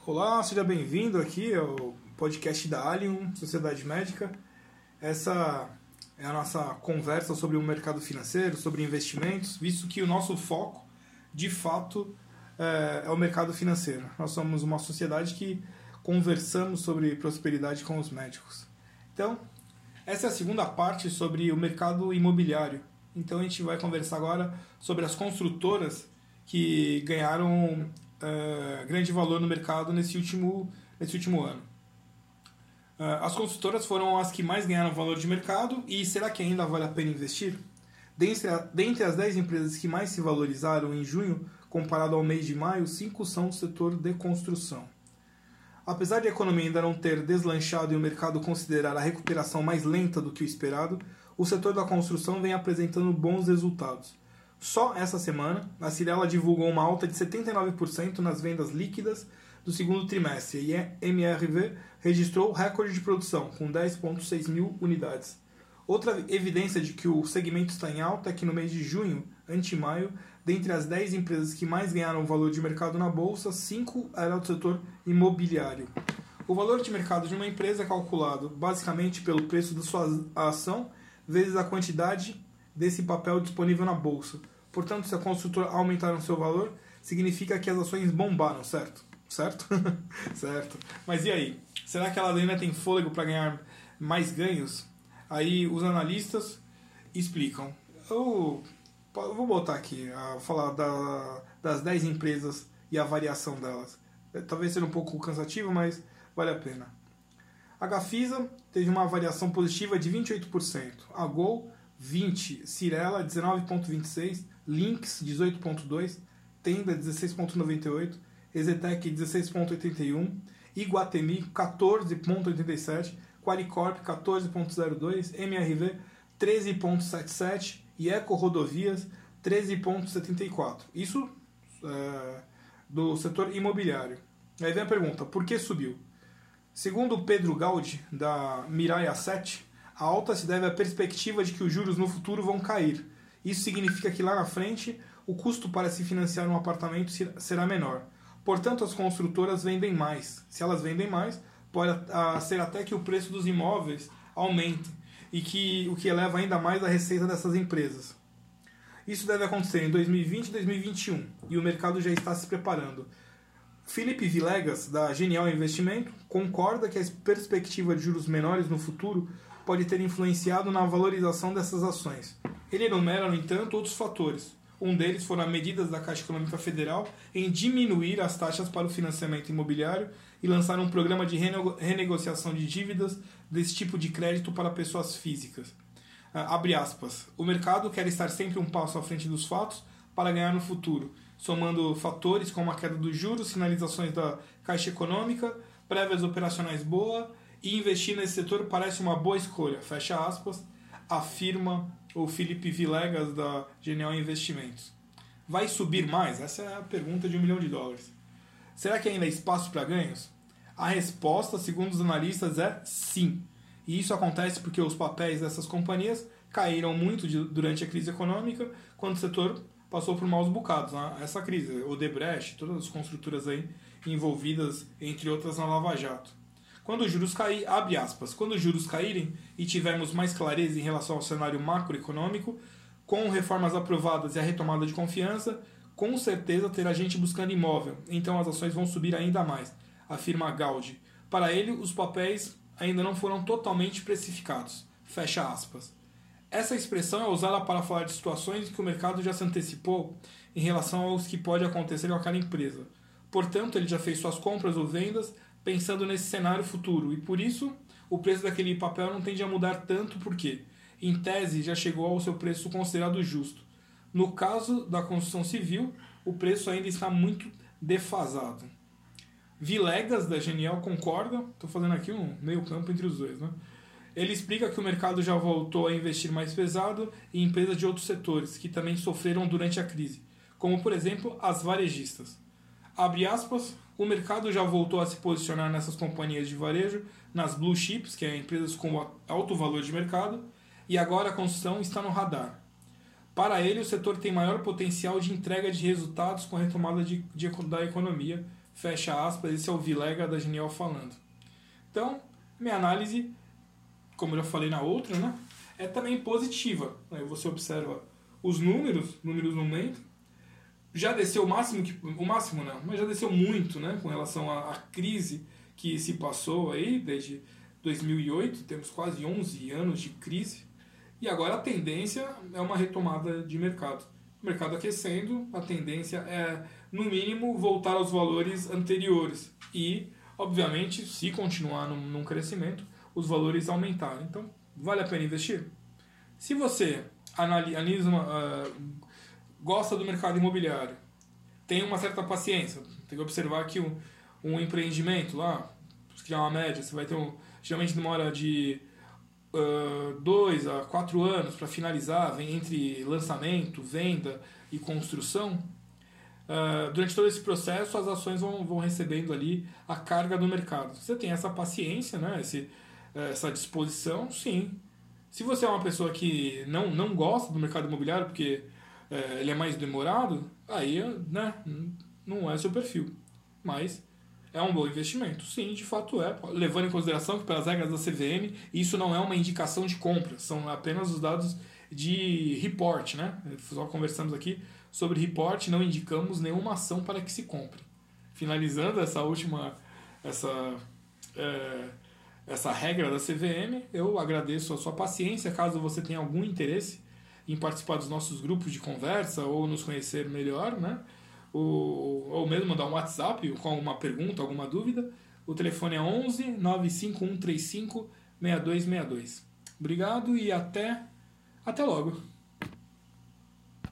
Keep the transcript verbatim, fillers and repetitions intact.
Olá, seja bem-vindo aqui ao podcast da Allium, Sociedade Médica. Essa é a nossa conversa sobre o mercado financeiro, sobre investimentos, visto que o nosso foco, de fato, é o mercado financeiro. Nós somos uma sociedade que conversamos sobre prosperidade com os médicos. Então, essa é a segunda parte sobre o mercado imobiliário. Então, a gente vai conversar agora sobre as construtoras que ganharam uh, grande valor no mercado nesse último, nesse último ano. Uh, as construtoras foram as que mais ganharam valor de mercado e será que ainda vale a pena investir? Dentre, a, dentre as dez empresas que mais se valorizaram em junho, comparado ao mês de maio, cinco são do setor de construção. Apesar de a economia ainda não ter deslanchado e o mercado considerar a recuperação mais lenta do que o esperado, o setor da construção vem apresentando bons resultados. Só essa semana, a Cyrela divulgou uma alta de setenta e nove por cento nas vendas líquidas do segundo trimestre e a M R V registrou recorde de produção, com dez vírgula seis mil unidades. Outra evidência de que o segmento está em alta é que no mês de junho, ante maio, dentre as dez empresas que mais ganharam valor de mercado na Bolsa, cinco eram do setor imobiliário. O valor de mercado de uma empresa é calculado basicamente pelo preço da sua ação vezes a quantidade desse papel disponível na Bolsa. Portanto, se a construtora aumentar o seu valor, significa que as ações bombaram, certo? Certo? Certo. Mas e aí? Será que ela ainda tem fôlego para ganhar mais ganhos? Aí os analistas explicam. Eu, eu vou botar aqui, a falar da, das dez empresas e a variação delas. Talvez seja um pouco cansativo, mas vale a pena. A Gafisa teve uma variação positiva de vinte e oito por cento. A Gol, vinte por cento. Cyrela, dezenove vírgula vinte e seis por cento. Lynx, dezoito vírgula dois por cento. Tenda, dezesseis vírgula noventa e oito por cento. Exetec, dezesseis vírgula oitenta e um por cento. Iguatemi, quatorze vírgula oitenta e sete por cento. Qualicorp, quatorze vírgula zero dois por cento. M R V, treze vírgula setenta e sete por cento. E Eco Rodovias, treze vírgula setenta e quatro por cento. Isso é, do setor imobiliário. Aí vem a pergunta, por que subiu? Segundo o Pedro Gaudi, da Mirai Asset, a alta se deve à perspectiva de que os juros no futuro vão cair. Isso significa que lá na frente o custo para se financiar um apartamento será menor. Portanto, as construtoras vendem mais. Se elas vendem mais, pode ser até que o preço dos imóveis aumente, e que, o que eleva ainda mais a receita dessas empresas. Isso deve acontecer em dois mil e vinte e dois mil e vinte e um, e o mercado já está se preparando. Felipe Vilegas, da Genial Investimento, concorda que a perspectiva de juros menores no futuro pode ter influenciado na valorização dessas ações. Ele enumera, no entanto, outros fatores. Um deles foram as medidas da Caixa Econômica Federal em diminuir as taxas para o financiamento imobiliário e lançar um programa de renego- renegociação de dívidas desse tipo de crédito para pessoas físicas. Ah, abre aspas. O mercado quer estar sempre um passo à frente dos fatos para ganhar no futuro, somando fatores como a queda dos juros, sinalizações da Caixa Econômica, prévias operacionais boas, e investir nesse setor parece uma boa escolha, fecha aspas, afirma o Felipe Vilegas da Genial Investimentos. Vai subir mais? Essa é a pergunta de um milhão de dólares. Será que ainda há espaço para ganhos? A resposta, segundo os analistas, é sim. E isso acontece porque os papéis dessas companhias caíram muito de, durante a crise econômica, quando o setor passou por maus bocados. Né? Essa crise, Odebrecht, todas as construtoras aí envolvidas, entre outras, na Lava Jato. Quando os juros caírem, abre aspas, quando os juros caírem e tivermos mais clareza em relação ao cenário macroeconômico, com reformas aprovadas e a retomada de confiança, com certeza terá gente buscando imóvel, então as ações vão subir ainda mais, afirma Gaudi. Para ele, os papéis ainda não foram totalmente precificados, fecha aspas. Essa expressão é usada para falar de situações em que o mercado já se antecipou em relação aos que pode acontecer com aquela empresa. Portanto, ele já fez suas compras ou vendas pensando nesse cenário futuro, e por isso o preço daquele papel não tende a mudar tanto porque, em tese, já chegou ao seu preço considerado justo. No caso da construção civil, o preço ainda está muito defasado. Vilegas, da Genial, concorda, estou fazendo aqui um meio campo entre os dois, né? Ele explica que o mercado já voltou a investir mais pesado em empresas de outros setores, que também sofreram durante a crise, como, por exemplo, as varejistas. Abre aspas, o mercado já voltou a se posicionar nessas companhias de varejo, nas blue chips, que é empresas com alto valor de mercado, e agora a construção está no radar. Para ele, o setor tem maior potencial de entrega de resultados com a retomada de, de, da economia, fecha aspas. Esse é o Vilega da Genial falando. Então, minha análise, como eu já falei na outra, né, é também positiva. Aí você observa os números, números no momento, já desceu o máximo, que, o máximo não, mas já desceu muito, né, com relação à, à crise que se passou aí desde dois mil e oito, temos quase onze anos de crise, e agora a tendência é uma retomada de mercado. O mercado aquecendo, a tendência é, no mínimo, voltar aos valores anteriores e, obviamente, se continuar num, num crescimento, os valores aumentarem. Então, vale a pena investir? Se você analisa, uh, gosta do mercado imobiliário, tem uma certa paciência, tem que observar que um, um empreendimento lá, se criar uma média, você vai ter um, geralmente demora de uh, dois a quatro anos para finalizar, vem entre lançamento, venda e construção. Uh, durante todo esse processo, as ações vão, vão recebendo ali a carga do mercado. Você tem essa paciência, né, esse, essa disposição, sim. Se você é uma pessoa que não, não gosta do mercado imobiliário porque é, ele é mais demorado, aí, né, não é seu perfil. Mas é um bom investimento. Sim, de fato é. Levando em consideração que, pelas regras da C V M, isso não é uma indicação de compra. São apenas os dados de report, né? Só conversamos aqui sobre report, não indicamos nenhuma ação para que se compre. Finalizando essa última... essa é, essa regra da C V M, eu agradeço a sua paciência. Caso você tenha algum interesse em participar dos nossos grupos de conversa ou nos conhecer melhor, né? ou, ou mesmo mandar um WhatsApp com alguma pergunta, alguma dúvida, o telefone é onze nove cinco um três cinco seis dois seis dois. Obrigado e até, até logo!